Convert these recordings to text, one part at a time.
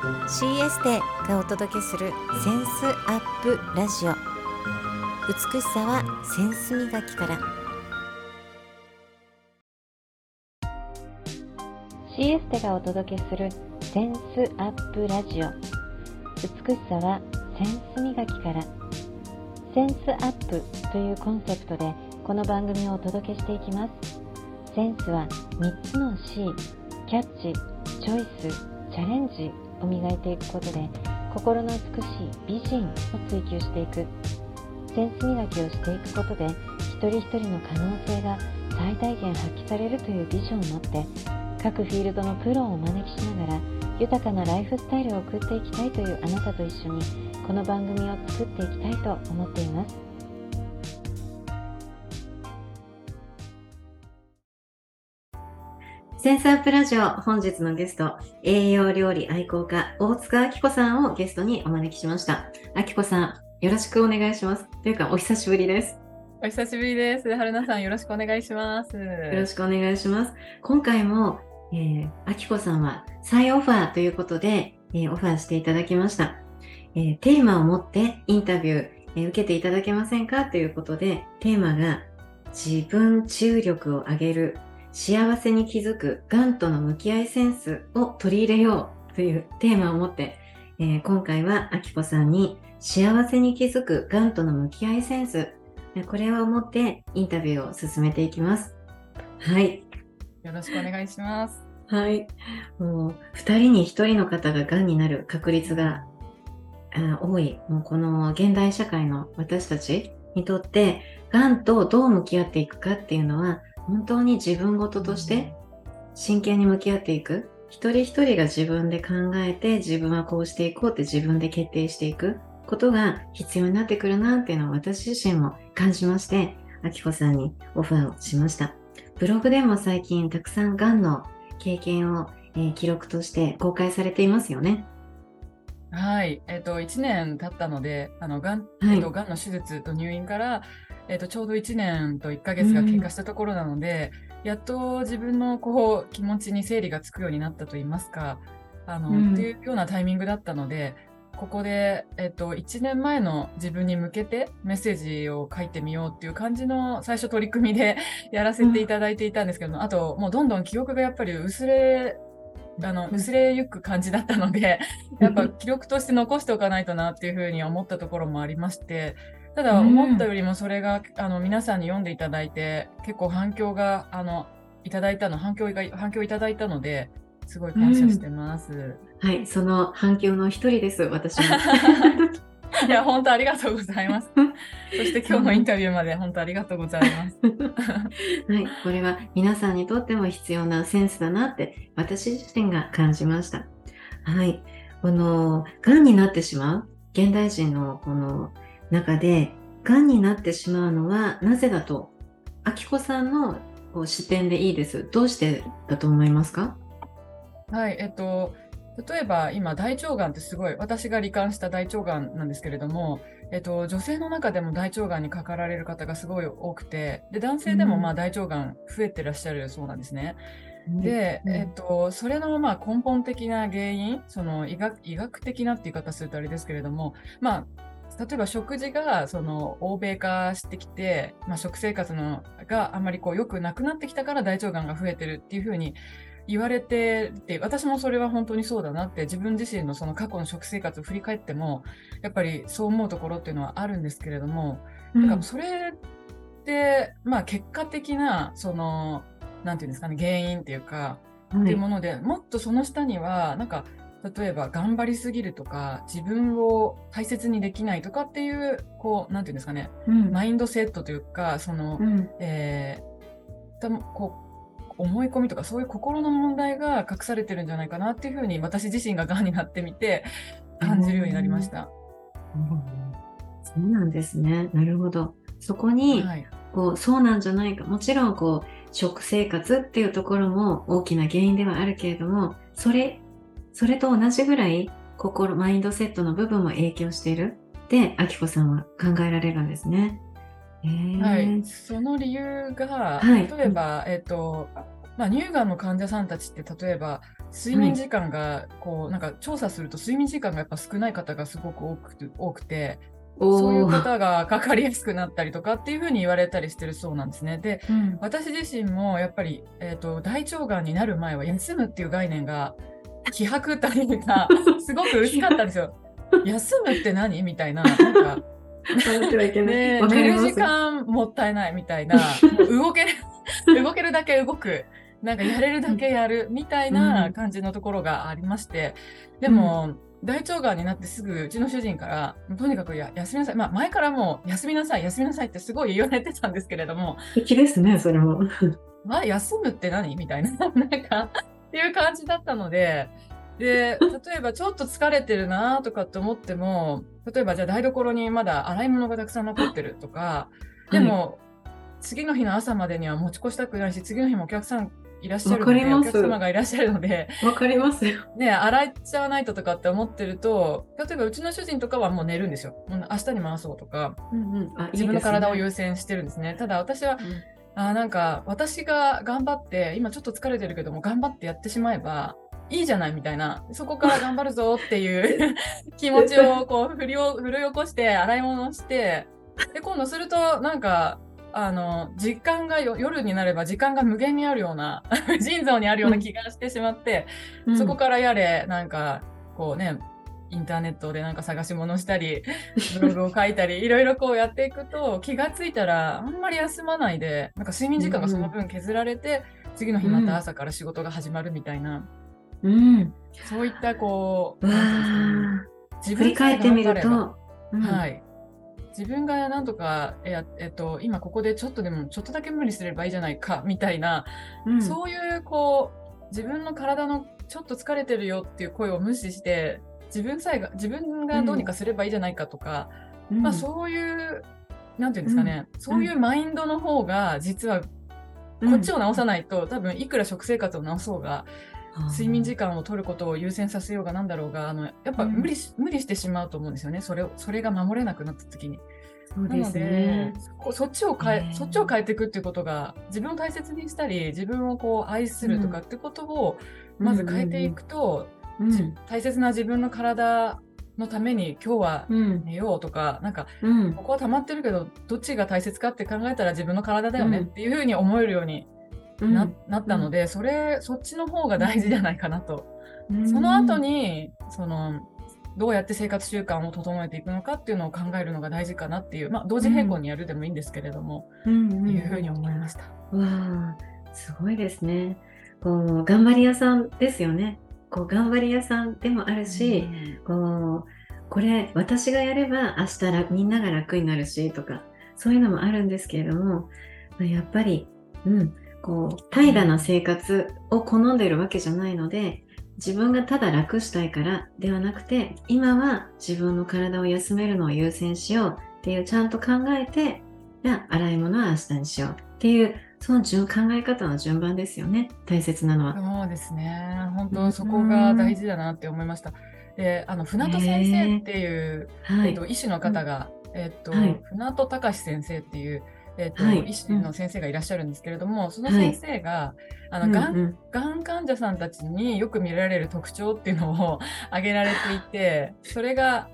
C エステがお届けするセンスアップラジオ。美しさはセンス磨きから。 C エステがお届けするセンスアップラジオ。美しさはセンス磨きから。センスアップというコンセプトでこの番組をお届けしていきます。センスは3つの C、 キャッチ、チョイス、チャレンジを磨いていくことで、心の美しい美人を追求していく。センス磨きをしていくことで、一人一人の可能性が最大限発揮されるというビジョンを持って、各フィールドのプロをお招きしながら豊かなライフスタイルを送っていきたいというあなたと一緒に、この番組を作っていきたいと思っています。センスアップラジオ、本日のゲスト、栄養料理愛好家大塚明子さんをゲストにお招きしました。明子さん、よろしくお願いします。というか、お久しぶりです。 お久しぶりです。春菜さん、よろしくお願いします。 よろしくお願いします。今回も、明子さんは再オファーということで、オファーしていただきました。テーマを持ってインタビュー、受けていただけませんかということで、テーマが自分注力を上げる、幸せに気づくがんとの向き合いセンスを取り入れようというテーマを持って、今回は明子さんに幸せに気づくがんとの向き合いセンス、これを持ってインタビューを進めていきます。はい。 よろしくお願いします。 はい。もう2人に1人の方ががんになる確率が多い。もうこの現代社会の私たちにとって、がんとどう向き合っていくかっていうのは、本当に自分事として真剣に向き合っていく。一人一人が自分で考えて、自分はこうしていこうって自分で決定していくことが必要になってくるなっていうのを私自身も感じまして、明子さんにオファーをしました。ブログでも最近たくさんがんの経験を、記録として公開されていますよね。 はい。1年経ったので、がんの手術と入院から、ちょうど1年と1ヶ月が経過したところなので、やっと自分の気持ちに整理がつくようになったといいますか、っていうようなタイミングだったので、ここで、1年前の自分に向けてメッセージを書いてみようっていう感じの最初取り組みでやらせていただいていたんですけども、あともうどんどん記憶がやっぱり薄れゆく感じだったので、やっぱ記録として残しておかないとなっていうふうに思ったところもありまして、ただ思ったよりもそれが皆さんに読んでいただいて、結構反響がいただいたので、すごい感謝してます。 はい、その反響の一人です、私も。 いや、本当ありがとうございます。そして今日のインタビューまで本当ありがとうございます。 はい、これは皆さんにとっても必要なセンスだなって私自身が感じました。はい、がんになってしまう現代人のこの中で、がんになってしまうのはなぜだと、明子さんの視点でいいです。どうしてだと思いますか？ はい、例えば今大腸がんってすごい、私が罹患した大腸がんなんですけれども、女性の中でも大腸がんにかかられる方がすごい多くて、で男性でも大腸がん増えてらっしゃるそうなんですね。で、それの根本的な原因、その医学的なって言い方するとあれですけれども、例えば食事が欧米化してきて、食生活があんまり良くなくなってきたから大腸がんが増えてるっていうふうに言われてて、私もそれは本当にそうだなって自分自身のその過去の食生活を振り返ってもやっぱりそう思うところっていうのはあるんですけれども、だからそれって結果的ななんていうんですかね、原因っていうか、っていうもので、もっとその下には例えば頑張りすぎるとか自分を大切にできないとかっていうなんていうんですかね、マインドセットというか思い込みとかそういう心の問題が隠されてるんじゃないかなっていうふうに私自身ががんになってみて感じるようになりました。 そうなんですね。なるほど。そこに、 はい、 そうなんじゃないか。もちろん食生活っていうところも大きな原因ではあるけれども、それと同じぐらいマインドセットの部分も影響しているって明子さんは考えられるんですね。 はい、その理由が、 はい、 例えば、乳がんの患者さんたちって例えば睡眠時間がこうなんか調査すると睡眠時間がやっぱ少ない方がすごく多くて、そういうおー。 方がかかりやすくなったりとかっていうふうに言われたりしてるそうなんですね。で、 うん私自身もやっぱり、大腸がんになる前は休むっていう概念が希薄というかすごく薄かったんですよ。休むって何みたいな、なんか笑ってはいけない。 でわかります。 寝る時間もったいないみたいな、もう動けるだけ動く、なんかやれるだけやるみたいな感じのところがありまして、でも、大腸がんになってすぐうちの主人からとにかく休みなさい、まあ、前からもう休みなさいってすごい言われてたんですけれども、 素敵ですね、それも。 休むって何みたいななんかっていう感じだったので、で例えばちょっと疲れてるなとかって思っても、例えばじゃあ台所にまだ洗い物がたくさん残ってるとか、でも、次の日の朝までには持ち越したくないし、次の日もお客さんいらっしゃるので、お客様がいらっしゃるので、 わかりますよ。 ね、洗っちゃわないととかって思ってると、例えばうちの主人とかはもう寝るんですよ。明日に回そうとか、自分の体を優先してるんですね。ただ私は、なんか私が頑張って、今ちょっと疲れてるけども頑張ってやってしまえばいいじゃないみたいな、そこから頑張るぞっていう気持ちをこう振り起こして洗い物をして、で今度するとなんか時間が夜になれば時間が無限にあるような無尽蔵にあるような気がしてしまって、そこからやれなんかこうね、インターネットでなんか探し物したりブログを書いたりいろいろこうやっていくと、気がついたらあんまり休まないで、なんか睡眠時間がその分削られて、次の日また朝から仕事が始まるみたいな、そういったこう自分振り返ってみると、 はい、自分がなんとか今ここでちょっとだけ無理すればいいじゃないかみたいな、そういうこう自分の体のちょっと疲れてるよっていう声を無視して、自分がどうにかすればいいじゃないかとか、まあそういうなんていうんですかね、そういうマインドの方が実はこっちを直さないと、多分いくら食生活を直そうが、睡眠時間を取ることを優先させようがなんだろうが、やっぱ無理してしまうと思うんですよね。それが守れなくなった時に。 そうですね。 なのでそっちを変えていくっていうことが、自分を大切にしたり自分をこう愛するとかってことをまず変えていくと、大切な自分の体のために今日は寝ようとか、なんか、ここは溜まってるけどどっちが大切かって考えたら自分の体だよねっていうふうに思えるようになったので、そっちの方が大事じゃないかなと。その後にどうやって生活習慣を整えていくのかっていうのを考えるのが大事かなっていう、まあ、同時並行にやるでもいいんですけれども、っていうふうに思いました。 わあ、すごいですね。こう頑張り屋さんですよね。こう頑張り屋さんでもあるし、これ私がやれば明日みんなが楽になるしとか、そういうのもあるんですけれども、やっぱり、こう怠惰な生活を好んでいるわけじゃないので、自分がただ楽したいからではなくて、今は自分の体を休めるのを優先しようっていうちゃんと考えて、じゃあ洗い物は明日にしようっていう、その考え方の順番ですよね、大切なのは。 そうですね、本当そこが大事だなって思いました。で、船戸先生っていう、医師の方が、船戸隆先生っていう医師の先生がいらっしゃるんですけれども、その先生が、がん患者さんたちによく見られる特徴っていうのを挙げられていて、それが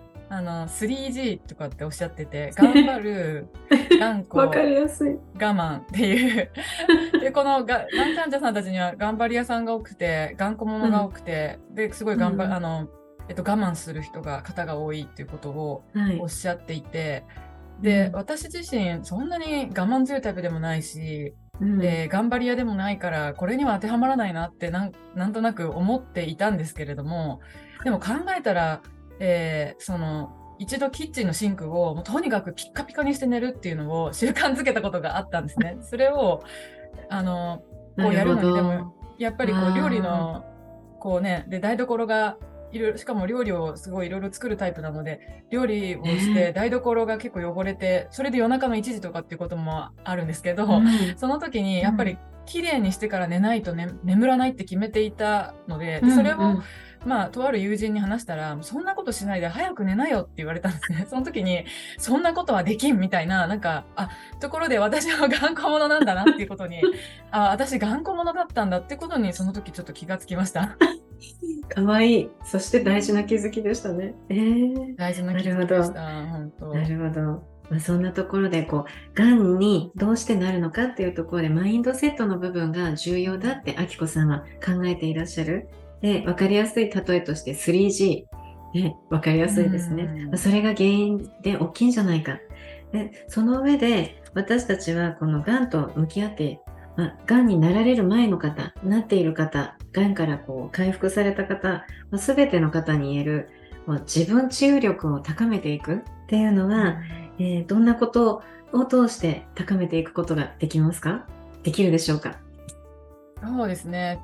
3G とかっておっしゃってて、頑張る、頑固、我慢っていうで、このがん患者さんたちには頑張り屋さんが多くて、頑固者が多くて、ですごい我慢する方が多いっていうことをおっしゃっていて、で、私自身そんなに我慢強いタイプでもないし、頑張り屋でもないからこれには当てはまらないなってなんとなく思っていたんですけれども、でも考えたら、一度キッチンのシンクをもうとにかくピッカピカにして寝るっていうのを習慣づけたことがあったんですね。それをこうやるのに、でもやっぱりこう料理のこうね、で台所がしかも料理をすごいいろいろ作るタイプなので、料理をして台所が結構汚れて、それで夜中の1時とかっていうこともあるんですけど、その時にやっぱり綺麗にしてから寝ないと、眠らないって決めていたので、それをまあとある友人に話したら、そんなことしないで早く寝なよって言われたんですね。その時にそんなことはできんみたいな、なんかところで私は頑固者なんだなっていうことに私頑固者だったんだってことにその時ちょっと気がつきました。 かわいい。そして大事な気づきでしたね。 大事な気づきでした。本当。 なるほど。まあ、そんなところでがんにどうしてなるのかっていうところでマインドセットの部分が重要だってあきこさんは考えていらっしゃる。で、分かりやすい例えとして 3G。ね、分かりやすいですね。まあ、それが原因で大きいんじゃないか。で、その上で私たちはこのがんと向き合って、がんになられる前の方、なっている方、がんから回復された方、全ての方に言える自分治癒力を高めていくっていうのは、どんなことを通して高めていくことができますか？できるでしょうか？ そうですね。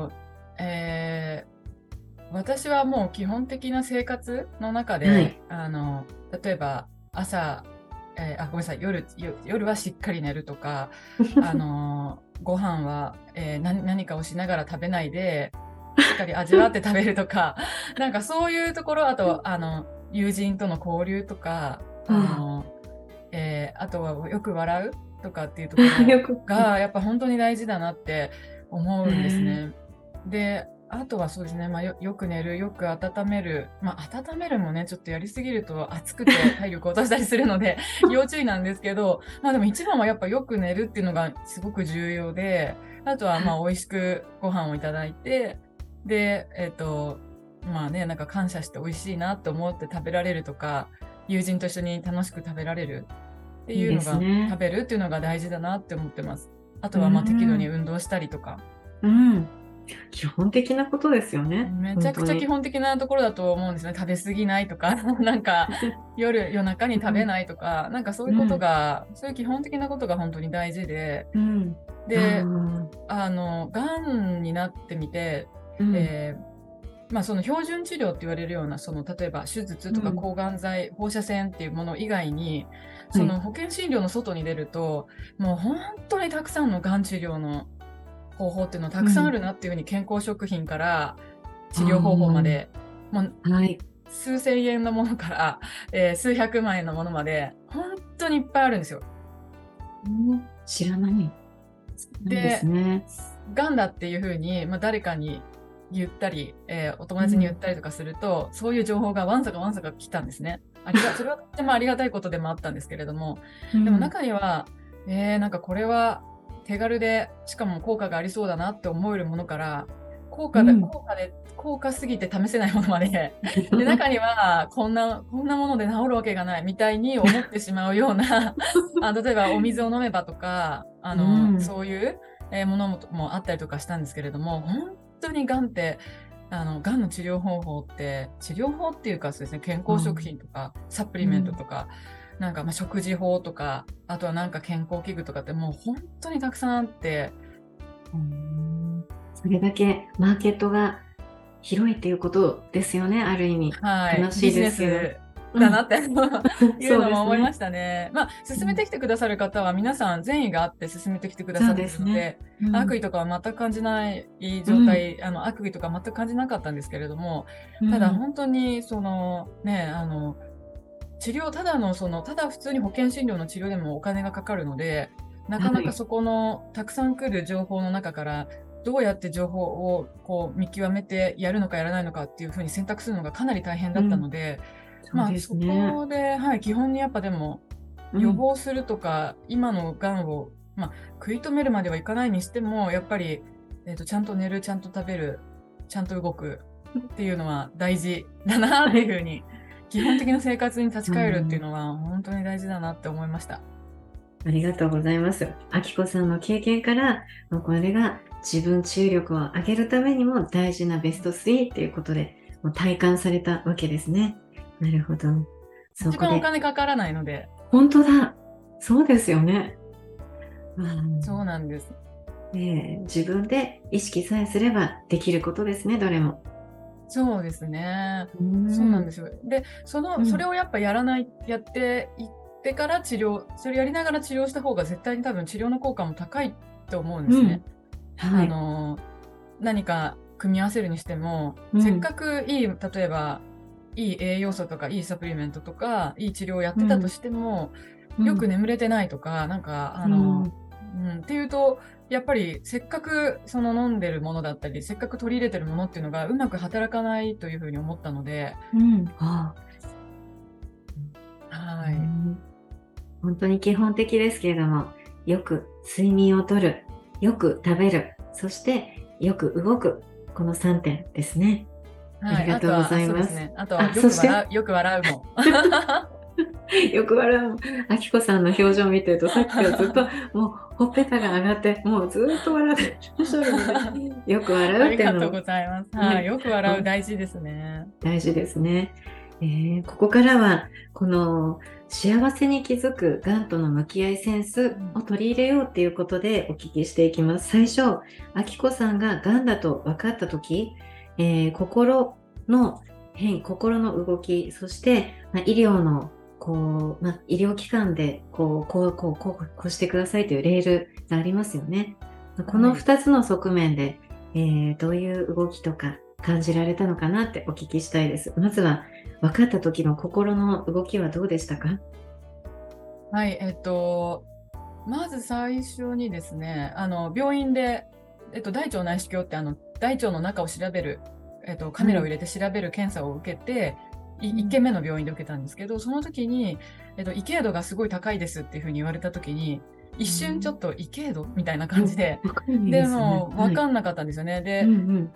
私はもう基本的な生活の中で、例えば朝、ごめんなさい、夜はしっかり寝るとか、ご飯は、何かをしながら食べないで、しっかり味わって食べるとか、なんかそういうところ、あと、友人との交流とか、あとはよく笑うとかっていうところが、やっぱ本当に大事だなって思うんですね。で、あとはそうですね、よく寝る、よく温める。温めるもね、ちょっとやりすぎると暑くて体力を落としたりするので、要注意なんですけど、でも一番はやっぱよく寝るっていうのがすごく重要で、あとは美味しくご飯をいただいて、で、なんか感謝して美味しいなと思って食べられるとか、友人と一緒に楽しく食べられるっていうのが、食べるっていうのが大事だなって思ってます。あとは適度に運動したりとか。 基本的なことですよね。 めちゃくちゃ基本的なところだと思うんですね。食べ過ぎないとか、なんか夜中に食べないとか、なんかそういうことが、そういう基本的なことが本当に大事で、で、がんになってみて、その標準治療って言われるような、例えば手術とか抗がん剤、放射線っていうもの以外に、その保険診療の外に出ると、もう本当にたくさんのがん治療の方法っていうのたくさんあるなっていうふうに、健康食品から治療方法まで、もう数千円のものから、数百万円のものまで本当にいっぱいあるんですよ。 知らない。 で、がんだっていうふうに、誰かに言ったり、お友達に言ったりとかすると、そういう情報がわんさか来たんですね。それはとてもありがたいことでもあったんですけれども、でも中には、なんかこれは手軽で、しかも効果がありそうだなって思えるものから、効果すぎて試せないものまで、で中にはこんなもので治るわけがないみたいに思ってしまうような例えばお水を飲めばとか、そういうものもあったりとかしたんですけれども、本当にがんって、がんの治療方法っていうか、そうですね、健康食品とか、サプリメントとか、なんか食事法とか、あとはなんか健康器具とかってもう本当にたくさんあって、 それだけマーケットが広いっていうことですよね、ある意味。楽しいですよ。 ビジネスだなっていうのも思いましたね。進めてきてくださる方は皆さん善意があって進めてきてくださっているので、悪意とかは全く感じない状態、悪意とか全く感じなかったんですけれども、ただ本当に治療、ただ普通に保険診療の治療でもお金がかかるので、なかなかそこのたくさん来る情報の中からどうやって情報を見極めてやるのかやらないのかっていうふうに選択するのがかなり大変だったので、そこで、基本にやっぱでも予防するとか、今のがんを、食い止めるまではいかないにしても、やっぱり、ちゃんと寝る、ちゃんと食べる、ちゃんと動くっていうのは大事だなっていうふうに基本的な生活に立ち返るっていうのは本当に大事だなって思いました。 ありがとうございます。あきこさんの経験から、これが自分治癒力を上げるためにも大事なベスト3っていうことでもう体感されたわけですね。なるほど。 一番お金かからないので。 本当だ。そうですよね。 そうなんです。 自分で意識さえすればできることですね、どれも。 そうですね。そうなんですよ。で、それをやっぱやっていってからそれやりながら治療した方が絶対に多分治療の効果も高いと思うんですね。何か組み合わせるにしても、せっかく例えばいい栄養素とかいいサプリメントとかいい治療をやってたとしても、よく眠れてないとか、なんかっていうとやっぱりせっかくその飲んでるものだったり、せっかく取り入れてるものっていうのがうまく働かないというふうに思ったので、はい。 本当に基本的ですけれども、よく睡眠をとる、よく食べる、そしてよく動く、この3点ですね。 はい、 ありがとうございます。 あとはよく笑うも。 よく笑う。あきこさんの表情を見てると、さっきからずっともうほっぺたが上がって、もうずっと笑ってらっしゃるので、よく笑うっていうのありがとうございます。はい、よく笑う大事ですね。 大事ですね。ここからはこの幸せに気づくがんとの向き合いセンスを取り入れようっていうことでお聞きしていきます。最初、あきこさんががんだと分かった時、心の動き、そして、医療の医療機関でこうしてくださいというレールがありますよね。この2つの側面で、どういう動きとか感じられたのかなってお聞きしたいです。まずは分かった時の心の動きはどうでしたか？ はい、まず最初にですね、病院で、大腸内視鏡って大腸の中を調べる、カメラを入れて調べる検査を受けて、1軒目の病院で受けたんですけど、その時に、異形度がすごい高いですっていうふうに言われた時に、一瞬ちょっと異形度みたいな感じで、でも分かんなかったんですよね。で、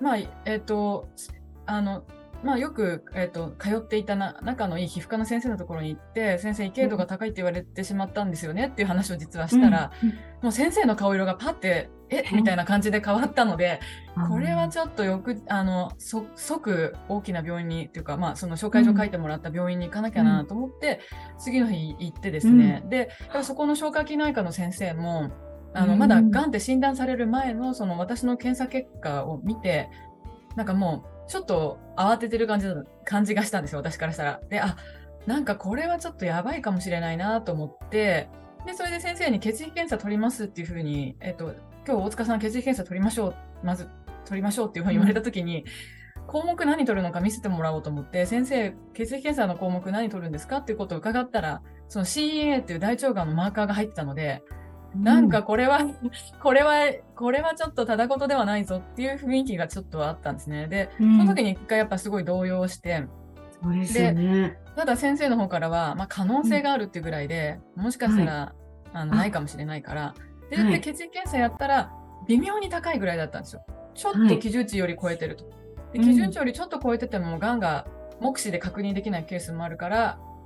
よく、通っていた仲のいい皮膚科の先生のところに行って、先生、異形度が高いって言われてしまったんですよねっていう話を実はしたら、もう先生の顔色がパッて、みたいな感じで変わったので、これはちょっと即大きな病院に、っていうか、その紹介状書いてもらった病院に行かなきゃなと思って、次の日行ってですね、で、そこの消化器内科の先生も、まだがんって診断される前の、その私の検査結果を見て、なんかもう、ちょっと慌ててる感じがしたんですよ、私からしたら。で、なんかこれはちょっとやばいかもしれないなと思って、で、それで先生に血液検査取りますっていうふうに、今日大塚さん血液検査取りましょう、まず取りましょうっていうふうに言われたときに、項目何取るのか見せてもらおうと思って、先生、血液検査の項目何取るんですかっていうことを伺ったら、その CEA っていう大腸がんのマーカーが入ってたので、なんかこれはちょっとただ事ではないぞっていう雰囲気がちょっとあったんですね。で、その時に一回やっぱすごい動揺して、 そうですよね。 で、ただ先生の方からは、可能性があるっていうぐらいで、もしかしたら、ないかもしれないから、で、血液検査やったら微妙に高いぐらいだったんですよ。ちょっと基準値より超えてると。で、基準値よりちょっと超えてても、がんが目視で確認できないケースもあるから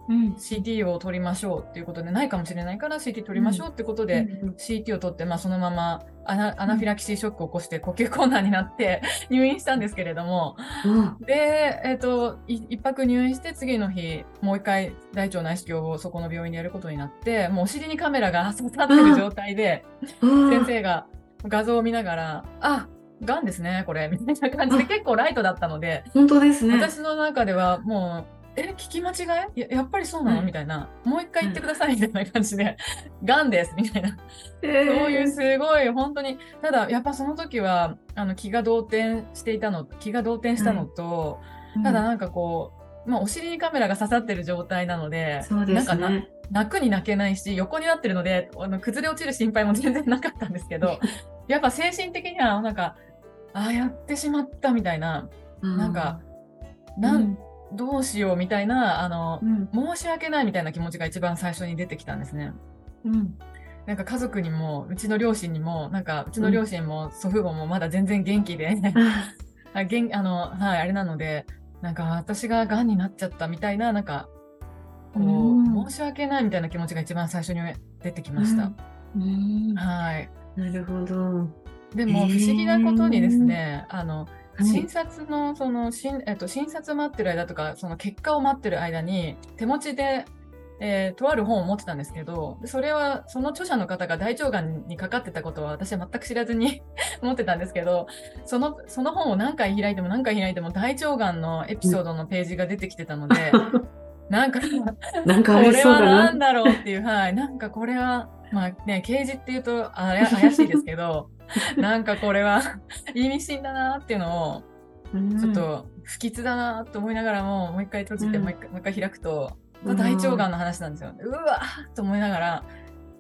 、CT を取りましょうっていうことで、ないかもしれないから CT 取りましょうってことで、CT を取って、そのままアナフィラキシーショックを起こして呼吸困難になって入院したんですけれども、で、一泊入院して次の日、もう一回大腸内視鏡をそこの病院でやることになって、もうお尻にカメラが刺さってる状態で、先生が画像を見ながら、がんですね、これ、みたいな感じで結構ライトだったので、 本当ですね。 私の中ではもう、聞き間違い やっぱりそうなの、みたいな。もう一回言ってくださいみたいな感じで、がんですみたいな。そういうすごい、本当に、ただやっぱその時は、気が動転したのと、ただなんかこう、お尻にカメラが刺さってる状態なので、なんか泣くに泣けないし、横になってるので、崩れ落ちる心配も全然なかったんですけど、やっぱ精神的にはなんか、やってしまったみたいな、なんか、どうしようみたいな、申し訳ないみたいな気持ちが一番最初に出てきたんですね。なんか家族にも、うちの両親にも、なんかうちの両親も祖父母もまだ全然元気で、あれなので、なんか私が癌になっちゃったみたいな、なんか、申し訳ないみたいな気持ちが一番最初に出てきました。はい。 なるほど。 でも不思議なことにですね、診察の診察待ってる間とか、その結果を待ってる間に手持ちで、とある本を持ってたんですけど、それはその著者の方が大腸がんにかかってたことは私は全く知らずに持ってたんですけど、その本を何回開いても大腸がんのエピソードのページが出てきてたので、なんかこれは何だろうっていう、なんかこれは刑事っていうと怪しいですけど、なんかこれは意味深だなっていうのを、ちょっと不吉だなと思いながらもう一回閉じて、もう一回開くと、大腸がんの話なんですよ。うわーと思いながら、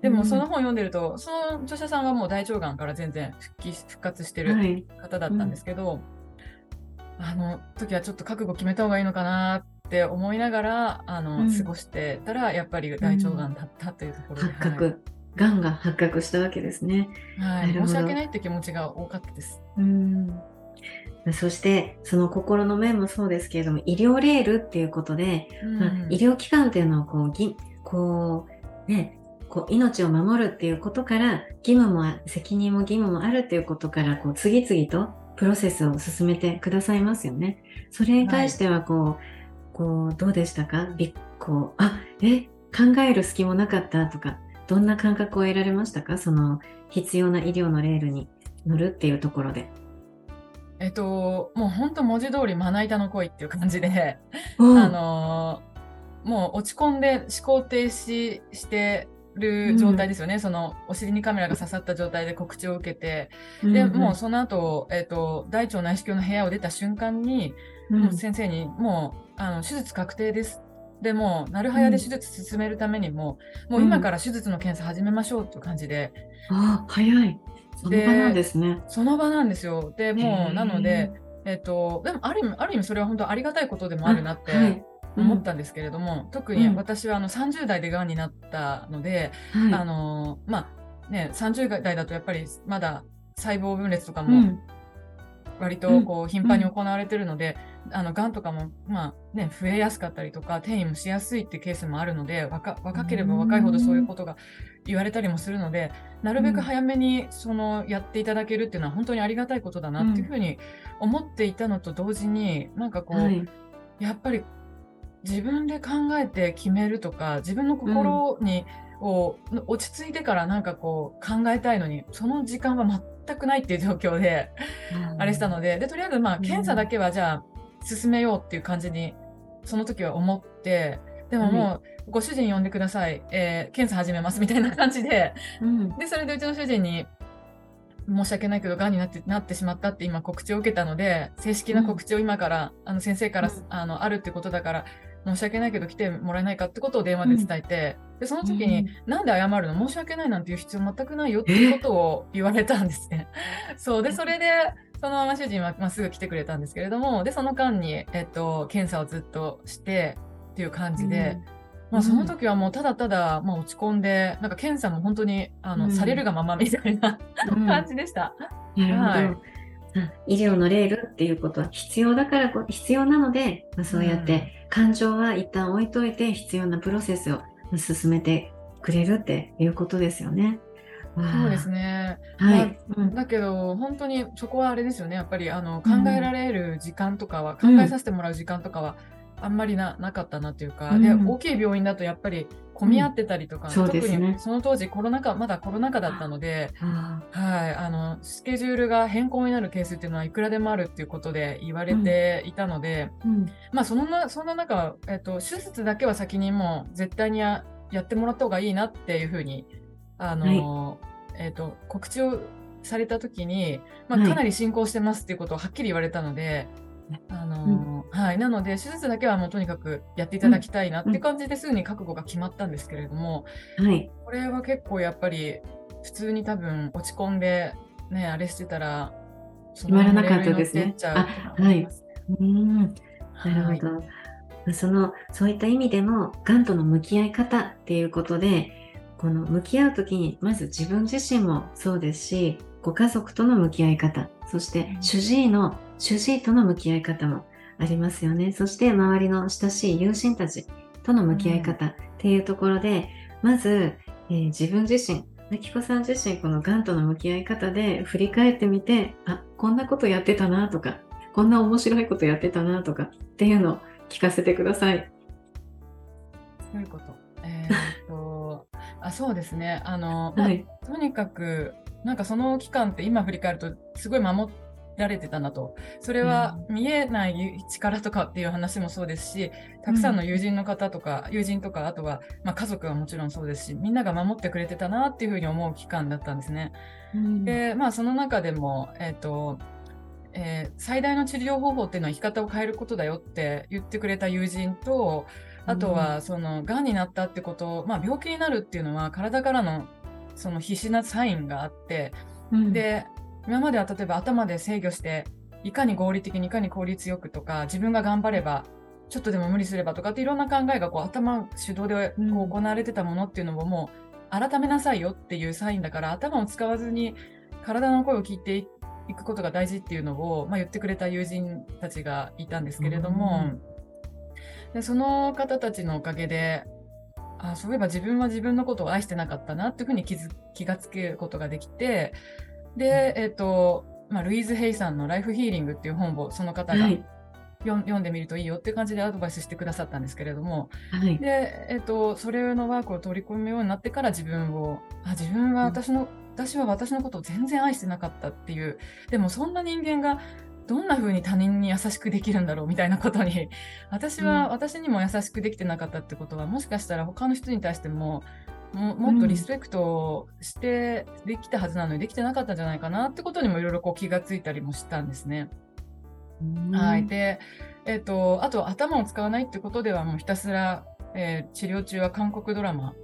でもその本読んでると、その著者さんはもう大腸がんから全然復活してる方だったんですけど、あの時はちょっと覚悟決めた方がいいのかなって思いながら過ごしてたら、やっぱり大腸がんだったというところで、 発覚、がんが発覚したわけですね。 はい、申し訳ないって気持ちが多かったです。 そしてその心の面もそうですけれども、医療レールっていうことで、医療機関っていうのは命を守るっていうことから、責任も義務もあるっていうことから、次々とプロセスを進めてくださいますよね。それに対してはどうでしたか？考える隙もなかったとか、どんな感覚を得られましたか？その必要な医療のレールに乗るっていうところで。 もう本当文字通りまな板の恋っていう感じで、もう落ち込んで思考停止してる状態ですよね。そのお尻にカメラが刺さった状態で告知を受けて、でもうその後、大腸内視鏡の部屋を出た瞬間に、もう先生にもう手術確定です。でもなるはやで手術進めるためにもう今から手術の検査始めましょうっていう感じで。 早い。その場なんですね。 その場なんですよ。でもうなので、でもある意味それは本当ありがたいことでもあるなって思ったんですけれども、特に私は30代でがんになったので、30代だとやっぱりまだ細胞分裂とかも割と頻繁に行われているので、がんとかも増えやすかったりとか転移もしやすいっていうケースもあるので、若ければ若いほどそういうことが言われたりもするので、なるべく早めにやっていただけるっていうのは本当にありがたいことだなっていうふうに思っていたのと同時に、やっぱり自分で考えて決めるとか、自分の心に、落ち着いてから考えたいのに、その時間は全くないっていう状況であれしたので、とりあえず検査だけはじゃあ進めようっていう感じにその時は思って、でももうご主人呼んでください、検査始めますみたいな感じで、でそれでうちの主人に申し訳ないけどがんになってしまったって今告知を受けたので、正式な告知を今から先生からあるってことだから申し訳ないけど来てもらえないかってことを電話で伝えて、でその時になんで謝るの、申し訳ないなんていう必要全くないよっていうことを言われたんですね。そうで、それでそのまま主人はすぐ来てくれたんですけれども、でその間に、検査をずっとしてっていう感じで、その時はもうただただ、落ち込んで、検査も本当にされるがままみたいな感じでした。 なるほど。医療のレールっていうことは必要だから必要なので、そうやって感情は一旦置いといて必要なプロセスを進めてくれるっていうことですよね。 そうですね。だけど本当にそこはあれですよね。やっぱり考えられる時間とかは、考えさせてもらう時間とかはあんまりなかったなというか、で大きい病院だとやっぱり混み合ってたりとか、特にその当時まだコロナ禍だったので、スケジュールが変更になるケースっていうのはいくらでもあるっていうことで言われていたので、そんな中、手術だけは先にもう絶対にやってもらった方がいいなっていうふうに告知をされた時に、かなり進行してますっていうことをはっきり言われたので、なので手術だけはもうとにかくやっていただきたいなって感じですぐに覚悟が決まったんですけれども、これは結構やっぱり普通に多分落ち込んでね、あれしてたら決まらなかったですね。なるほど。そういった意味でもがんとの向き合い方っていうことで、この向き合うときにまず自分自身もそうですし、ご家族との向き合い方、そして主治医との向き合い方もありますよね。そして周りの親しい友人たちとの向き合い方っていうところで、まず、自分自身、きこさん自身、このがんとの向き合い方で振り返ってみて、こんなことやってたなとか、こんな面白いことやってたなとかっていうのを聞かせてください。 どういうこと？そうですね。とにかくその期間って今振り返るとすごい守られてたなと。それは見えない力とかっていう話もそうですし、たくさんの友人とかあとは家族はもちろんそうですし、みんなが守ってくれてたなっていうふうに思う期間だったんですね。でその中でも最大の治療方法っていうのは生き方を変えることだよって言ってくれた友人と、 あとはそのがんになったってこと、まあ、病気になるっていうのは体からのその必死なサインがあって、で今までは例えば頭で制御していかに合理的にいかに効率よくとか、自分が頑張ればちょっとでも無理すればとかっていろんな考えがこう頭主導でこう行われてたものっていうのももう改めなさいよっていうサインだから、頭を使わずに体の声を聞いていくことが大事っていうのを、まあ、言ってくれた友人たちがいたんですけれども、でその方たちのおかげで、そういえば自分は自分のことを愛してなかったなっていうふうに気がつけることができて、で、まあ、ルイーズ・ヘイさんのライフヒーリングっていう本をその方が読んでみるといいよっていう感じでアドバイスしてくださったんですけれども、で、それのワークを取り込むようになってから自分は私は私のことを全然愛してなかったっていう、でもそんな人間がどんな風に他人に優しくできるんだろうみたいなことに、私にも優しくできてなかったってことは、もしかしたら他の人に対してもっとリスペクトしてできたはずなのにできてなかったんじゃないかなってことにもいろいろこう気がついたりもしたんですね。はい。で、あと頭を使わないってことではもうひたすら、治療中は韓国ドラマ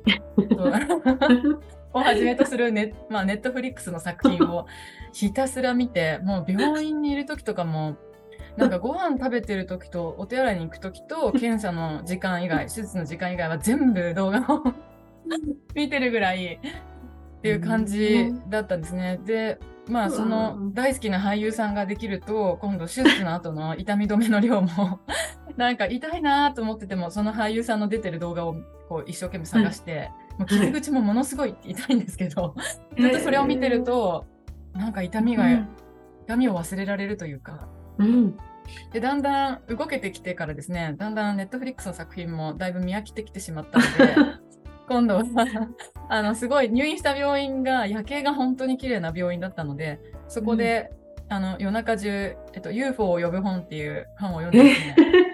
をはじめとするまあ、ネットフリックスの作品をひたすら見て、もう病院にいる時とかもなんかご飯食べてる時とお手洗いに行く時と検査の時間以外手術の時間以外は全部動画を見てるぐらいっていう感じだったんですね。で、まあその大好きな俳優さんができると、今度手術の後の痛み止めの量もなんか痛いなと思ってても、その俳優さんの出てる動画をこう一生懸命探して、もう傷口もものすごい痛いんですけど、ずっとそれを見てるとなんか痛みを忘れられるというか、でだんだん動けてきてからですね、だんだんネットフリックスの作品もだいぶ見飽きてきてしまったので今度はすごい入院した病院が夜景が本当に綺麗な病院だったので、そこで、夜中中、UFO を呼ぶ本っていう本を読んでですね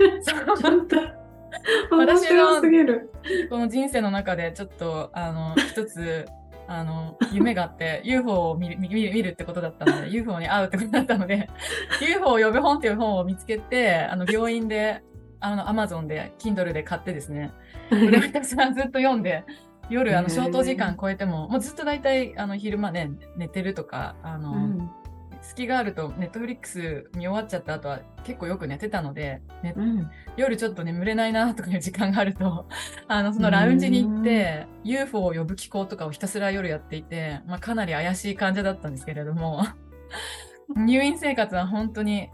私のこの人生の中でちょっと一つ夢があってUFO を見るってことだったのでUFO に会うってことだったのでUFO を呼ぶ本っていう本を見つけて病院でAmazon で Kindle で買ってですね、これ私はずっと読んで、夜消灯時間超えてもずっと大体昼間ね寝てるとか隙があるとネットフリックス見終わっちゃった後は結構よく寝てたので、夜ちょっと眠れないなとかいう時間があるとそのラウンジに行って UFO を呼ぶ機構とかをひたすら夜やっていて、まあ、かなり怪しい患者だったんですけれども入院生活は本当に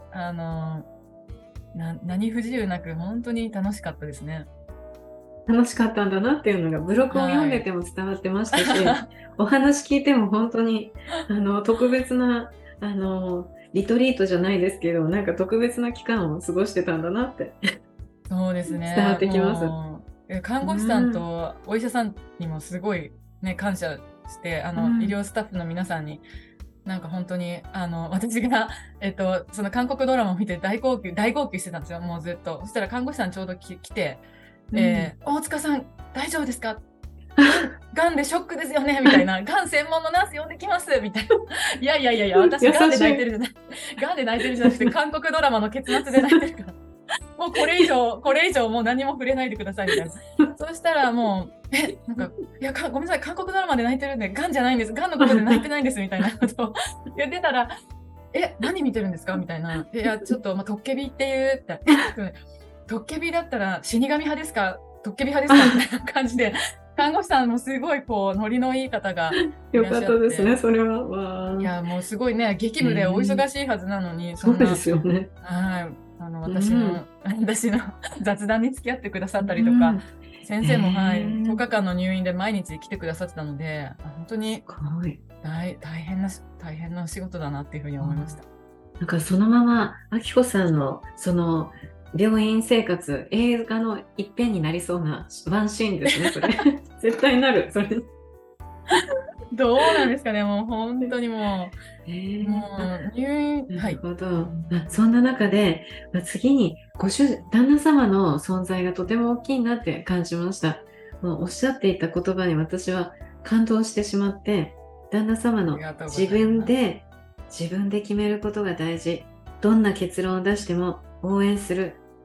何不自由なく本当に楽しかったですね。 楽しかったんだなっていうのがブログを読んでても伝わってましたし、お話聞いても本当に特別なリトリートじゃないですけど、なんか特別な期間を過ごしてたんだなってそうですね、 伝わってきます。 看護師さんとお医者さんにもすごい、ね、感謝して医療スタッフの皆さんになんか本当に私が、その韓国ドラマを見て大号泣してたんですよ、もうずっと。そしたら看護師さんちょうど来て、大塚さん大丈夫ですかがんでショックですよねみたいな、がん専門のナース呼んできますみたいな、いや私がんで泣いてるじゃない、がんで泣いてるじゃなくて韓国ドラマの結末で泣いてるからもうこれ以上もう何も触れないでくださいみたいなそうしたらもうなんかいやごめんなさい、韓国ドラマで泣いてるんでがんじゃないんです、がんのことで泣いてないんですみたいなことを言ってたら何見てるんですかみたいな、いやちょっと、トッケビっていうってトッケビだったら死神派ですかトッケビ派ですかみたいな感じで看護師さんもすごいこうノリのいい方がいらっしゃって、 よかったですね、それは。 いやもうすごいね、激務でお忙しいはずなのに、 そうですよね。 はい、私の雑談に付き合ってくださったりとか、先生も、10日間の入院で毎日来てくださってたので、本当に大変なお仕事だなっていうふうに思いました。 なんかそのまま明子さんのその病院生活、映画の一編になりそうなワンシーンですね、それ。絶対なる、それ。 どうなんですかね、もう本当にもう入院、 なるほど。そんな中で、次に旦那様の存在がとても大きいなって感じました。もうおっしゃっていた言葉に私は感動してしまって、旦那様の自分で決めることが大事。どんな結論を出しても応援する。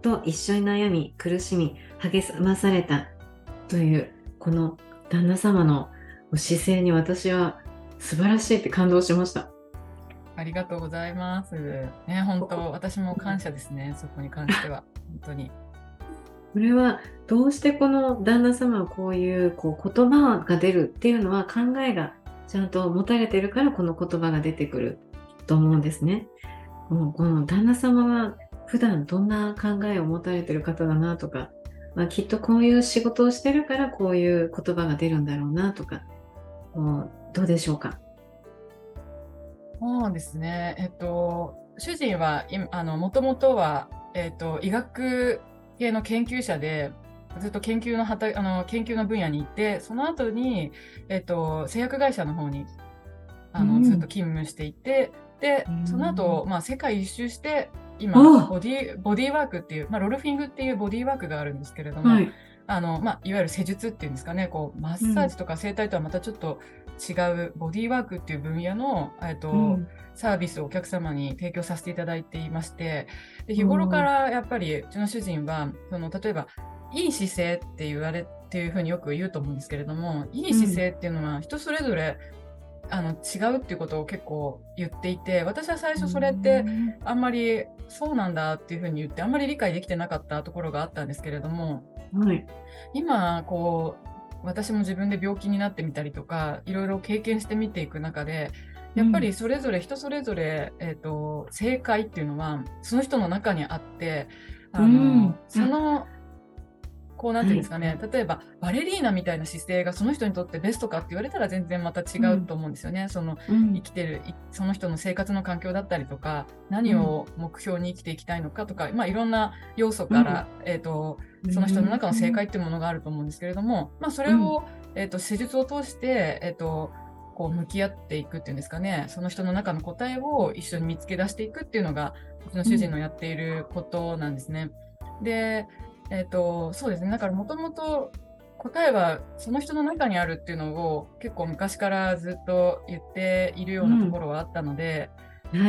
と一緒に悩み苦しみ励まされたというこの旦那様の姿勢に私は素晴らしいって感動しました。 ありがとうございます。ね、本当、私も感謝ですね、そこに関しては。本当に。 これはどうしてこの旦那様はこういう言葉が出るっていうのは考えがちゃんと持たれてるからこの言葉が出てくると思うんですね。もうこの旦那様は普段どんな考えを持たれてる方だなとか、きっとこういう仕事をしてるからこういう言葉が出るんだろうなとか、どうでしょうか。 そうですね。主人はもともとは、医学系の研究者で、ずっと研究の分野にいて、その後に、製薬会社の方にずっと勤務していて、で、その後、世界一周して、今、ボディーワークっていう、ロルフィングっていうボディーワークがあるんですけれども、はい、いわゆる施術っていうんですかね、マッサージとか整体とはまたちょっと違うボディーワークっていう分野の、サービスをお客様に提供させていただいていまして、で日頃からやっぱりうちの主人は、例えば、いい姿勢っていうふうによく言うと思うんですけれども、いい姿勢っていうのは人それぞれ、違うっていうことを結構言っていて、私は最初それってあんまりそうなんだっていうふうに言ってあんまり理解できてなかったところがあったんですけれども、はい、今私も自分で病気になってみたりとかいろいろ経験してみていく中でやっぱりそれぞれ人それぞれ、正解っていうのはその人の中にあってそのなんていうんですかね、例えばバレリーナみたいな姿勢がその人にとってベストかって言われたら全然また違うと思うんですよね。生きてるその人の生活の環境だったりとか何を目標に生きていきたいのかとか、いろんな要素から、その人の中の正解っていうものがあると思うんですけれども、それを、施術を通して、向き合っていくっていうんですかね、その人の中の答えを一緒に見つけ出していくっていうのがうちの主人のやっていることなんですね。でそうですね。だからもともと答えはその人の中にあるっていうのを結構昔からずっと言っているようなところはあったので、はい。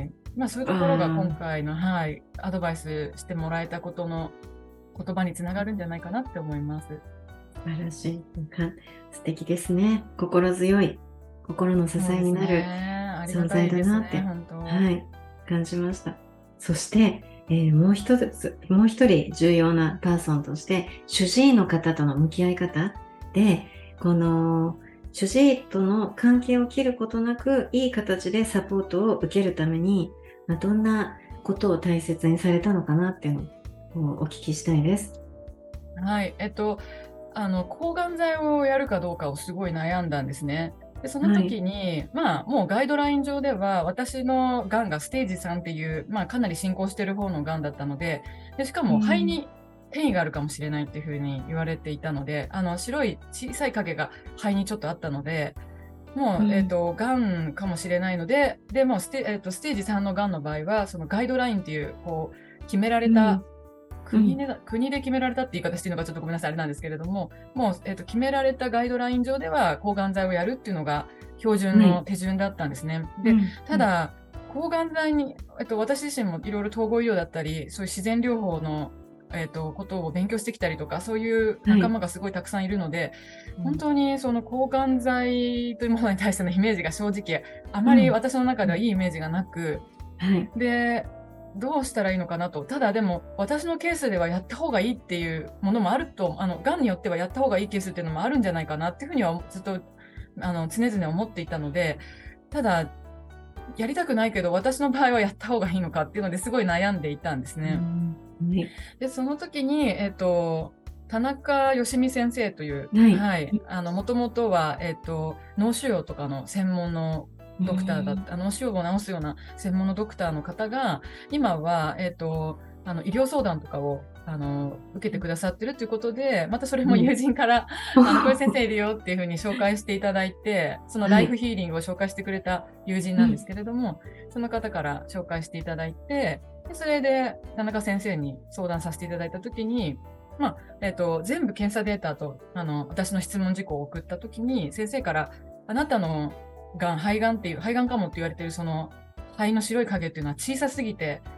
そういうところが今回の、アドバイスしてもらえたことの言葉につながるんじゃないかなって思います。 素晴らしい。素敵ですね。心強い、心の支えになる存在だなって、はい、感じました。そしてもう一人重要なパーソンとして主治医の方との向き合い方でこの主治医との関係を切ることなくいい形でサポートを受けるために、どんなことを大切にされたのかなっていうのをお聞きしたいです。 はい、抗がん剤をやるかどうかをすごい悩んだんですね。でその時に、もうガイドライン上では私のがんがステージ3っていう、かなり進行している方のがんだったので、しかも肺に転移があるかもしれないっていうふうに言われていたので、白い小さい影が肺にちょっとあったので、もう、がんかもしれないので、もうステージ3のがんの場合は、そのガイドラインっていう、決められた、国で決められたって言い方していいのかちょっとごめんなさいあれなんですけれども、もう、決められたガイドライン上では抗がん剤をやるっていうのが標準の手順だったんですね。で、ただ抗がん剤に、私自身もいろいろ統合医療だったりそういう自然療法の、ことを勉強してきたりとかそういう仲間がすごいたくさんいるので、本当にその抗がん剤というものに対してのイメージが正直あまり私の中ではいいイメージがなく、でどうしたらいいのかなと。ただでも私のケースではやった方がいいっていうものもあると、がんによってはやった方がいいケースっていうのもあるんじゃないかなっていうふうにはずっと常々思っていたので、ただやりたくないけど私の場合はやった方がいいのかっていうのですごい悩んでいたんですね。でその時に田中芳美先生という、もともとは脳腫瘍とかの専門のドクターだった脳腫瘍を治すような専門のドクターの方が今は、医療相談とかを受けてくださってるということで、またそれも友人からこういう先生いるよっていうふうに紹介していただいて、そのライフヒーリングを紹介してくれた友人なんですけれども、その方から紹介していただいて、でそれで田中先生に相談させていただいたときに、全部検査データと私の質問事項を送ったときに先生からあなたの肺がんかもって言われているその肺の白い影っていうのは小さすぎて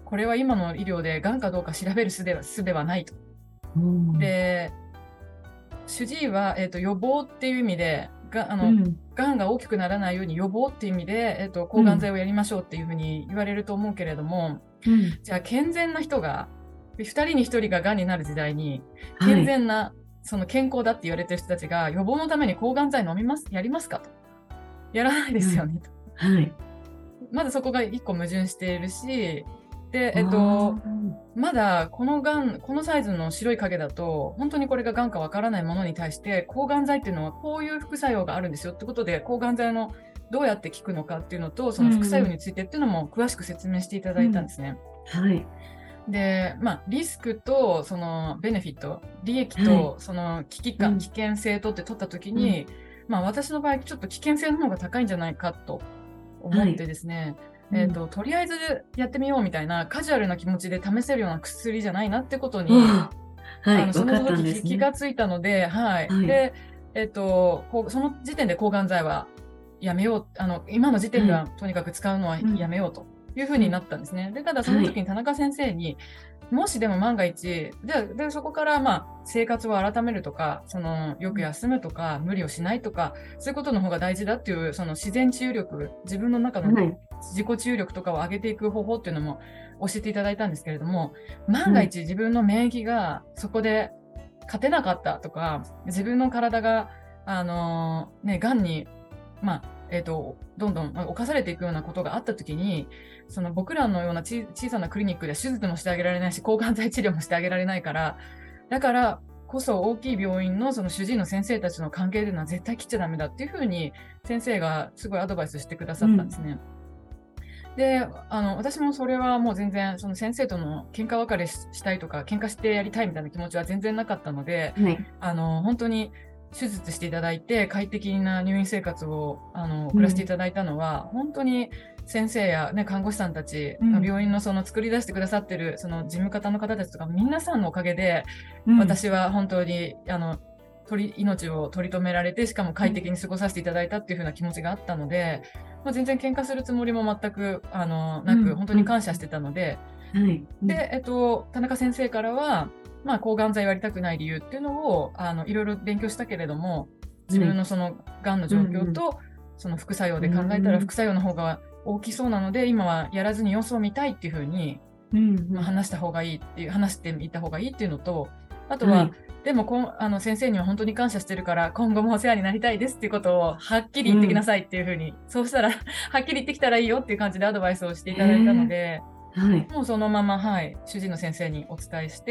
これは今の医療でがんかどうか調べる術はないと。で、主治医は、予防っていう意味で、がんが大きくならないように予防っていう意味で、抗がん剤をやりましょうっていうふうに言われると思うけれども、じゃあ健全な人が、2人に1人ががんになる時代に、健全な、その健康だって言われてる人たちが予防のために抗がん剤やりますかと。やらないですよね、と。まずそこが1個矛盾しているし、で、まだこのサイズの白い影だと、本当にこれががんかわからないものに対して、抗がん剤っていうのはこういう副作用があるんですよってことで、抗がん剤のどうやって効くのかっていうのと、その副作用についてっていうのも詳しく説明していただいたんですね。で、リスクとそのベネフィット、利益とその危険性とって取ったときに、私の場合、ちょっと危険性の方が高いんじゃないかと思ってですね、とりあえずやってみようみたいなカジュアルな気持ちで試せるような薬じゃないなってことに、その時気がついたので、で、その時点で抗がん剤はやめよう、今の時点ではとにかく使うのはやめようというふうになったんですね。で、ただその時に田中先生に、もしでも万が一、でそこから生活を改めるとか、よく休むとか、無理をしないとか、そういうことの方が大事だっていう、その自然治癒力、自分の中の自己治癒力とかを上げていく方法っていうのも教えていただいたんですけれども、万が一自分の免疫がそこで勝てなかったとか、自分の体が、がんに、どんどん侵されていくようなことがあったときに、その僕らのような小さなクリニックで手術もしてあげられないし、抗がん剤治療もしてあげられないから、だからこそ大きい病院のその主治医の先生たちの関係というのは絶対切っちゃダメだっていうふうに先生がすごいアドバイスしてくださったんですね。で、私もそれはもう全然その先生との喧嘩別れしたいとか喧嘩してやりたいみたいな気持ちは全然なかったので、本当に手術していただいて快適な入院生活を送らせていただいたのは、本当に先生や、看護師さんたち、病院のその作り出してくださってるその事務方の方たちとか皆さんのおかげで、私は本当に命を取り留められて、しかも快適に過ごさせていただいたっていう風な気持ちがあったので、全然喧嘩するつもりも全くなく、本当に感謝してたので、で、田中先生からは、抗がん剤をやりたくない理由っていうのをいろいろ勉強したけれども、自分のそのがんの状況とその副作用で考えたら副作用の方が大きそうなので、今はやらずに様子を見たいっていうふうに、話してみた方がいいっていうのと、あとは、でも先生には本当に感謝してるから今後もお世話になりたいですっていうことをはっきり言ってきなさいっていうふうに、そうしたらはっきり言ってきたらいいよっていう感じでアドバイスをしていただいたので、もうそのまま、主治医の先生にお伝えして、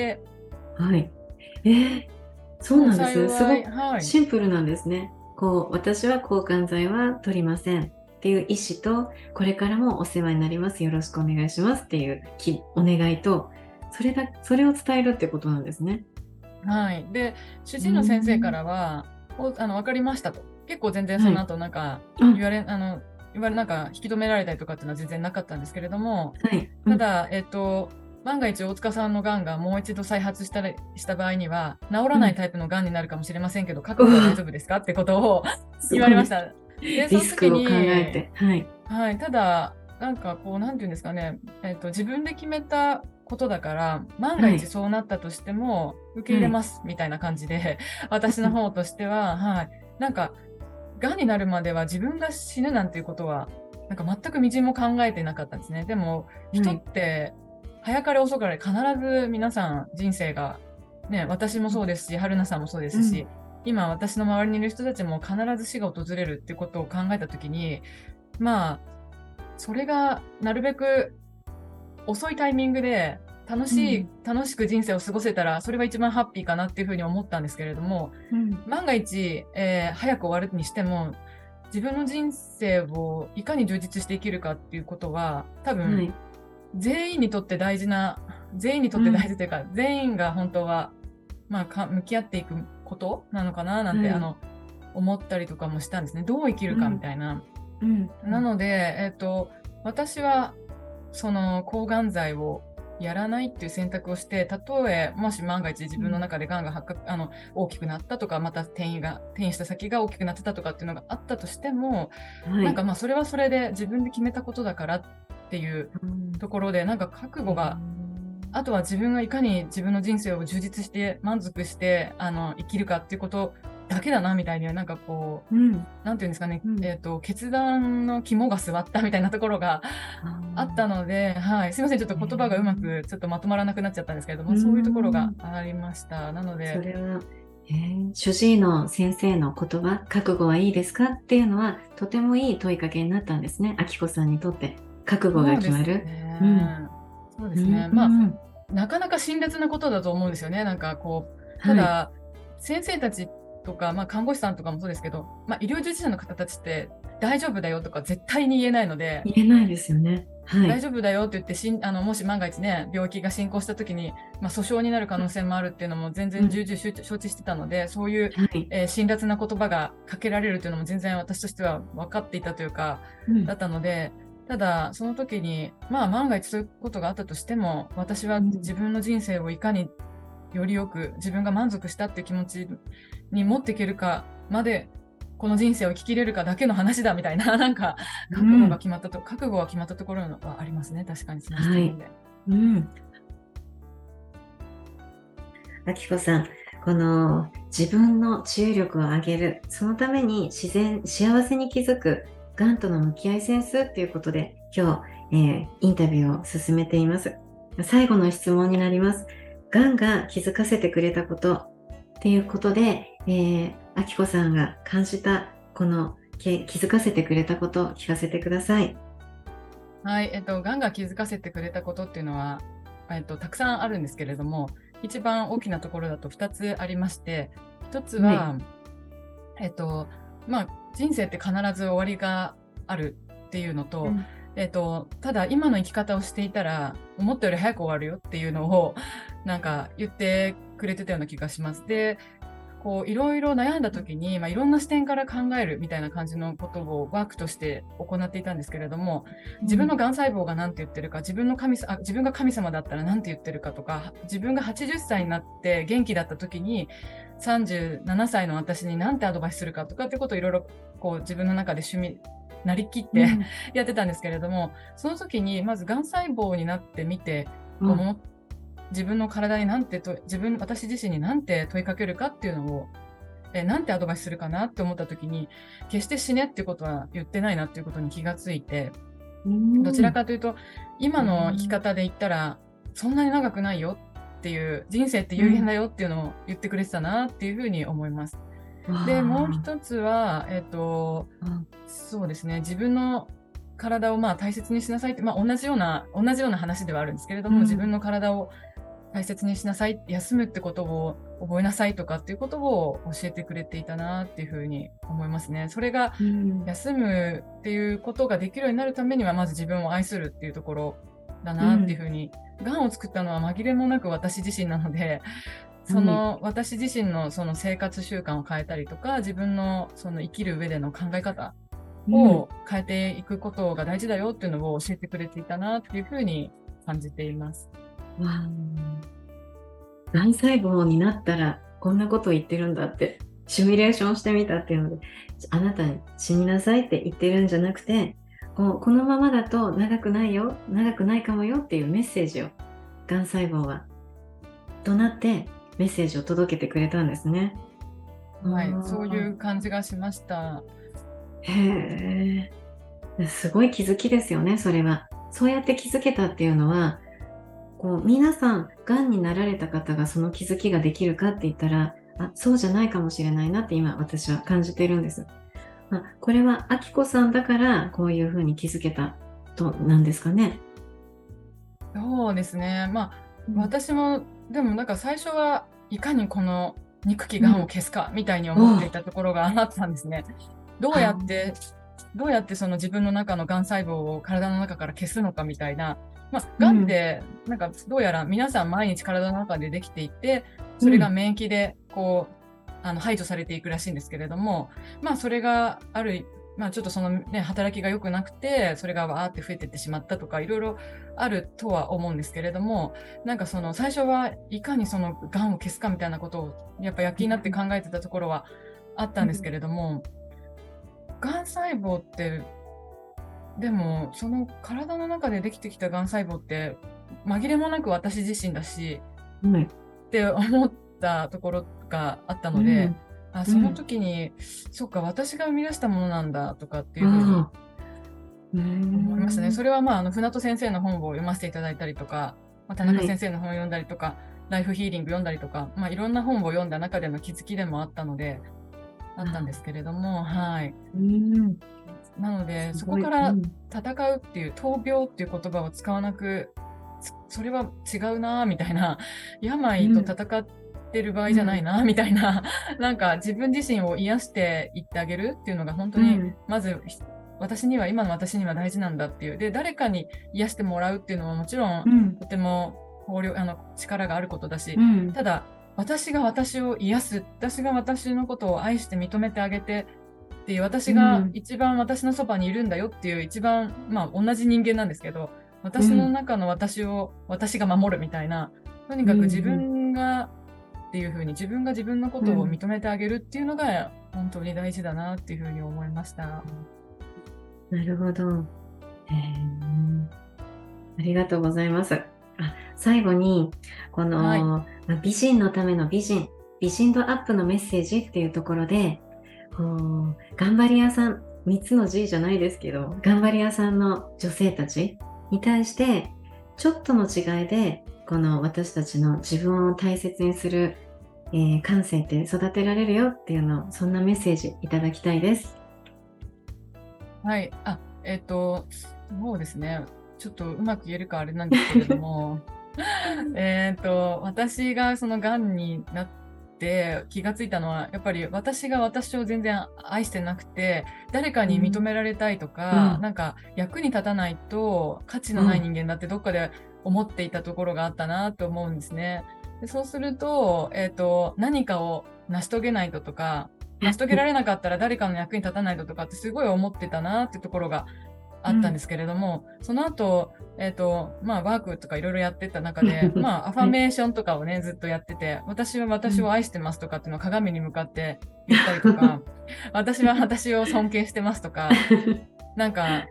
そうなんです。すごくシンプルなんですね。私は抗がん剤は取りませんっていう意思と、これからもお世話になります、よろしくお願いしますっていうお願いと、それを伝えるってことなんですね。 で、主治医の先生からは、分かりましたと。結構全然その後なんか、言われなんか引き止められたりとかっていうのは全然なかったんですけれども、ただ、万が一大塚さんのがんがもう一度再発した場合には、治らないタイプのがんになるかもしれませんけど、覚悟は大丈夫ですかってことを言われました。で、 リスクを考えて。 ただ、なんかなんていうんですかね、自分で決めたことだから、万が一そうなったとしても受け入れますみたいな感じで、私の方としては、なんか、がんになるまでは自分が死ぬなんていうことは、なんか全くみじんも考えてなかったんですね。でも、人って、早かれ遅かれ必ず皆さん人生が、私もそうですし、春菜さんもそうですし、今私の周りにいる人たちも必ず死が訪れるってことを考えたときに、それがなるべく遅いタイミングで楽しく人生を過ごせたら、それが一番ハッピーかなっていうふうに思ったんですけれども、万が一、早く終わるにしても、自分の人生をいかに充実して生きるかっていうことは、多分、全員にとって大事というか、全員が本当は、向き合っていくことなのかななんて、思ったりとかもしたんですね。どう生きるかみたいな。なので、私は、その抗がん剤をやらないっていう選択をして、たとえもし万が一自分の中でがんが大きくなったとか、また転移した先が大きくなってたとかっていうのがあったとしても、なんかそれはそれで自分で決めたことだからっっていうところで、なんか覚悟が、あとは自分がいかに自分の人生を充実して満足して生きるかっていうことだけだなみたいに、なんかこう、なんていうんですかね、決断の肝が据わったみたいなところがあったので、はい、すいません、ちょっと言葉がうまくちょっとまとまらなくなっちゃったんですけれども、そういうところがありました。なので、 それは、主治医の先生の言葉、覚悟はいいですかっていうのは、とてもいい問いかけになったんですね。明子さんにとって、覚悟が決まる。 そうですね。まあ、なかなか辛辣なことだと思うんですよね。なんかこう、ただ、先生たちとか、まあ、看護師さんとかもそうですけど、まあ、医療従事者の方たちって大丈夫だよとか絶対に言えないので、 言えないですよね。 大丈夫だよって言ってもし万が一ね、病気が進行した時に、まあ、訴訟になる可能性もあるっていうのも全然重々承知してたので、そういう、辛辣な言葉がかけられるというのも全然私としては分かっていたというか、だったので、ただその時に、まあ万が一そういうことがあったとしても、私は自分の人生をいかによりよく自分が満足したっていう気持ちに持っていけるかまで、この人生を生ききれるかだけの話だみたいな、なんか覚悟が決まったところはありますね。確かにその時点で。 明子さん、この自分の治癒力を上げる、そのために幸せに気づくがんとの向き合いセンスということで今日、インタビューを進めています。最後の質問になります。がんが気づかせてくれたことっていうことで、明子さんが感じたこの気づかせてくれたことを聞かせてください。 はい、がんが気づかせてくれたことっていうのは、たくさんあるんですけれども、一番大きなところだと2つありまして、1つは、まあ、人生って必ず終わりがあるっていうのと、ただ今の生き方をしていたら思ったより早く終わるよっていうのをなんか言ってくれてたような気がします。で、こういろいろ悩んだ時に、いろんな視点から考えるみたいな感じのことをワークとして行っていたんですけれども、自分のがん細胞が何て言ってるか、自分が神様だったら何て言ってるかとか、自分が80歳になって元気だった時に37歳の私に何てアドバイスするかとかってことをいろいろこう自分の中でなりきってやってたんですけれども、その時にまずがん細胞になってみて、自分の体に私自身に何て問いかけるかっていうのを、何てアドバイスするかなって思った時に、決して死ねってことは言ってないなっていうことに気がついて、どちらかというと今の生き方で言ったらそんなに長くないよっていう、人生って有限だよっていうのを言ってくれてたなっていうふうに思います。で、もう一つは、そうですね、自分の体を大切にしなさいって、同じような話ではあるんですけれども、自分の体を大切にしなさい、休むってことを覚えなさいとかっていうことを教えてくれていたなっていうふうに思いますね。それが、休むっていうことができるようになるためには、まず自分を愛するっていうところだなっていうふうに、がんを作ったのは紛れもなく私自身なので、私自身のその生活習慣を変えたりとか、自分のその生きる上での考え方を変えていくことが大事だよっていうのを教えてくれていたなっていうふうに感じています。 がん細胞になったらこんなこと言ってるんだってシミュレーションしてみたっていうので、あなたに死になさいって言ってるんじゃなくて、このままだと長くないかもよっていうメッセージをがん細胞はとなってメッセージを届けてくれたんですね。 はい、そういう感じがしました。 へえ、すごい気づきですよね。それはそうやって気づけたっていうのは、皆さんがんになられた方がその気づきができるかって言ったら、そうじゃないかもしれないなって今私は感じてるんです。これは明子さんだからこういうふうに気づけたとなんですかね。 そうですね。私もでもなんか最初はいかにこの憎きがんを消すかみたいに思っていたところがあったんですね。どうやってその自分の中のがん細胞を体の中から消すのかみたいな。がんってなんかどうやら皆さん毎日体の中でできていて、それが免疫で排除されていくらしいんですけれども、それがちょっとそのね、働きが良くなくて、それがわーって増えていってしまったとか、いろいろあるとは思うんですけれども、なんか最初はいかにそのがんを消すかみたいなことをやっぱ躍起になって考えてたところはあったんですけれども、がん細胞ってでもその体の中でできてきたがん細胞って紛れもなく私自身だしはい。 って思ったところがあったので、 うん。 その時に、そっか私が生み出したものなんだとかっていうふうにああ。う思いましたね。 ん。 それは船戸先生の本を読ませていただいたりとか、田中先生の本を読んだりとか、ライフヒーリング読んだりとか、いろんな本を読んだ中での気づきでもあったので、あったんですけれども、はい。 うん。 なので、 すごい。 そこからうん。 戦うっていう闘病っていう言葉を使わなく、それは違うなみたいな、病と戦ってる場合じゃないなみたいな、なんか自分自身を癒していってあげるっていうのが本当に、まず今の私には大事なんだっていう。で、誰かに癒してもらうっていうのはもちろん、とても力があることだし、ただ、私が私を癒す、私が私のことを愛して認めてあげてっていう、私が一番私のそばにいるんだよっていう、一番、同じ人間なんですけど、私の中の私を私が守るみたいな、とにかく自分がっていうふうに、自分が自分のことを認めてあげるっていうのが本当に大事だなっていうふうに思いました。 なるほど。ありがとうございます。最後に、この、美人のための美人度アップのメッセージっていうところで、頑張り屋さん、3つの G じゃないですけど、頑張り屋さんの女性たちに対して、ちょっとの違いで、この私たちの自分を大切にする、感性って育てられるよっていうのを、そんなメッセージいただきたいです。 はい。そうですね。ちょっとうまく言えるかあれなんですけれども、私がその癌になって気がついたのは、やっぱり私が私を全然愛してなくて、誰かに認められたいとか、なんか役に立たないと価値のない人間だってどっかで思っていたところがあったなと思うんですね。でそうすると、何かを成し遂げないととか、成し遂げられなかったら誰かの役に立たないとかってすごい思ってたなってところがあったんですけれども、その後、ワークとかいろいろやってた中で、アファメーションとかをね、ずっとやってて、私は私を愛してますとかっていうのを鏡に向かって言ったりとか、私は私を尊敬してますとか、なんか、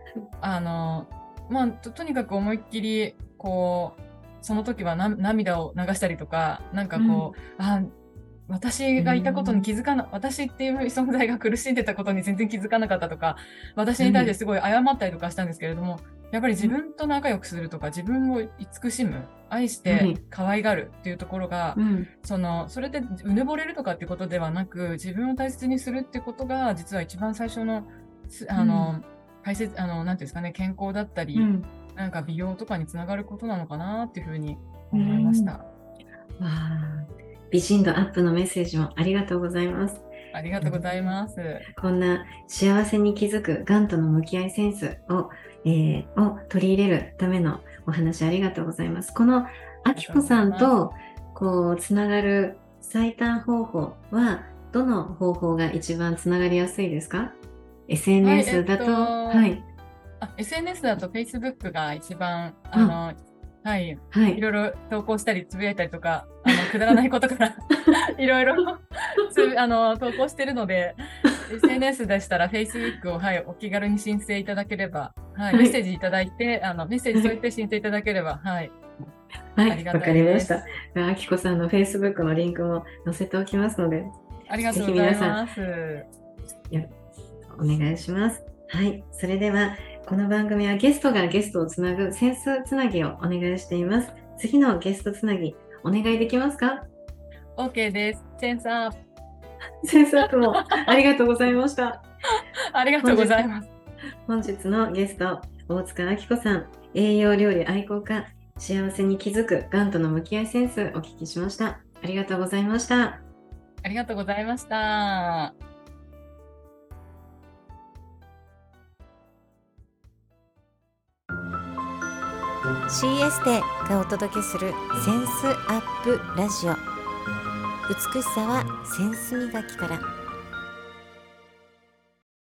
とにかく思いっきり、その時は涙を流したりとか、なんか私がいたことに気づかな、私っていう存在が苦しんでたことに全然気づかなかったとか、私に対してすごい謝ったりとかしたんですけれども、やっぱり自分と仲良くするとか、自分を慈しむ、愛して可愛がるっていうところが、それでうぬぼれるとかっていうことではなく、自分を大切にするっていうことが、実は一番最初の、大切、なんていうんですかね、健康だったり、なんか美容とかにつながることなのかなっていうふうに思いました。 美人度アップのメッセージもありがとうございます。 ありがとうございます。 こんな幸せに気づくがんとの向き合いセンスを取り入れるためのお話ありがとうございます。このあきこさんとつながる最短方法はどの方法が一番つながりやすいですか？ SNS だと、 SNS だと Facebook が一番いろいろ投稿したりつぶやいたりとか、くだらないことからいろいろ投稿してるので、SNS でしたら Facebook を、お気軽に申請いただければ、メッセージいただいて、メッセージ添えて申請いただければ、ありがたいです。わかりました。 あきこさんの Facebook のリンクも載せておきますので、 ありがとうございます。 お願いします。はい、それではこの番組はゲストがゲストをつなぐセンスつなぎをお願いしています。次のゲストつなぎお願いできますか？ OK です。センスアップ。 センスアップもありがとうございました。 ありがとうございます。 本日のゲスト、大塚明子さん、栄養料理愛好家、幸せに気づくがんとの向き合いセンスお聞きしました。ありがとうございました。 ありがとうございました。 CS でがお届けするセンスアップラジオ。美しさはセンス磨きから。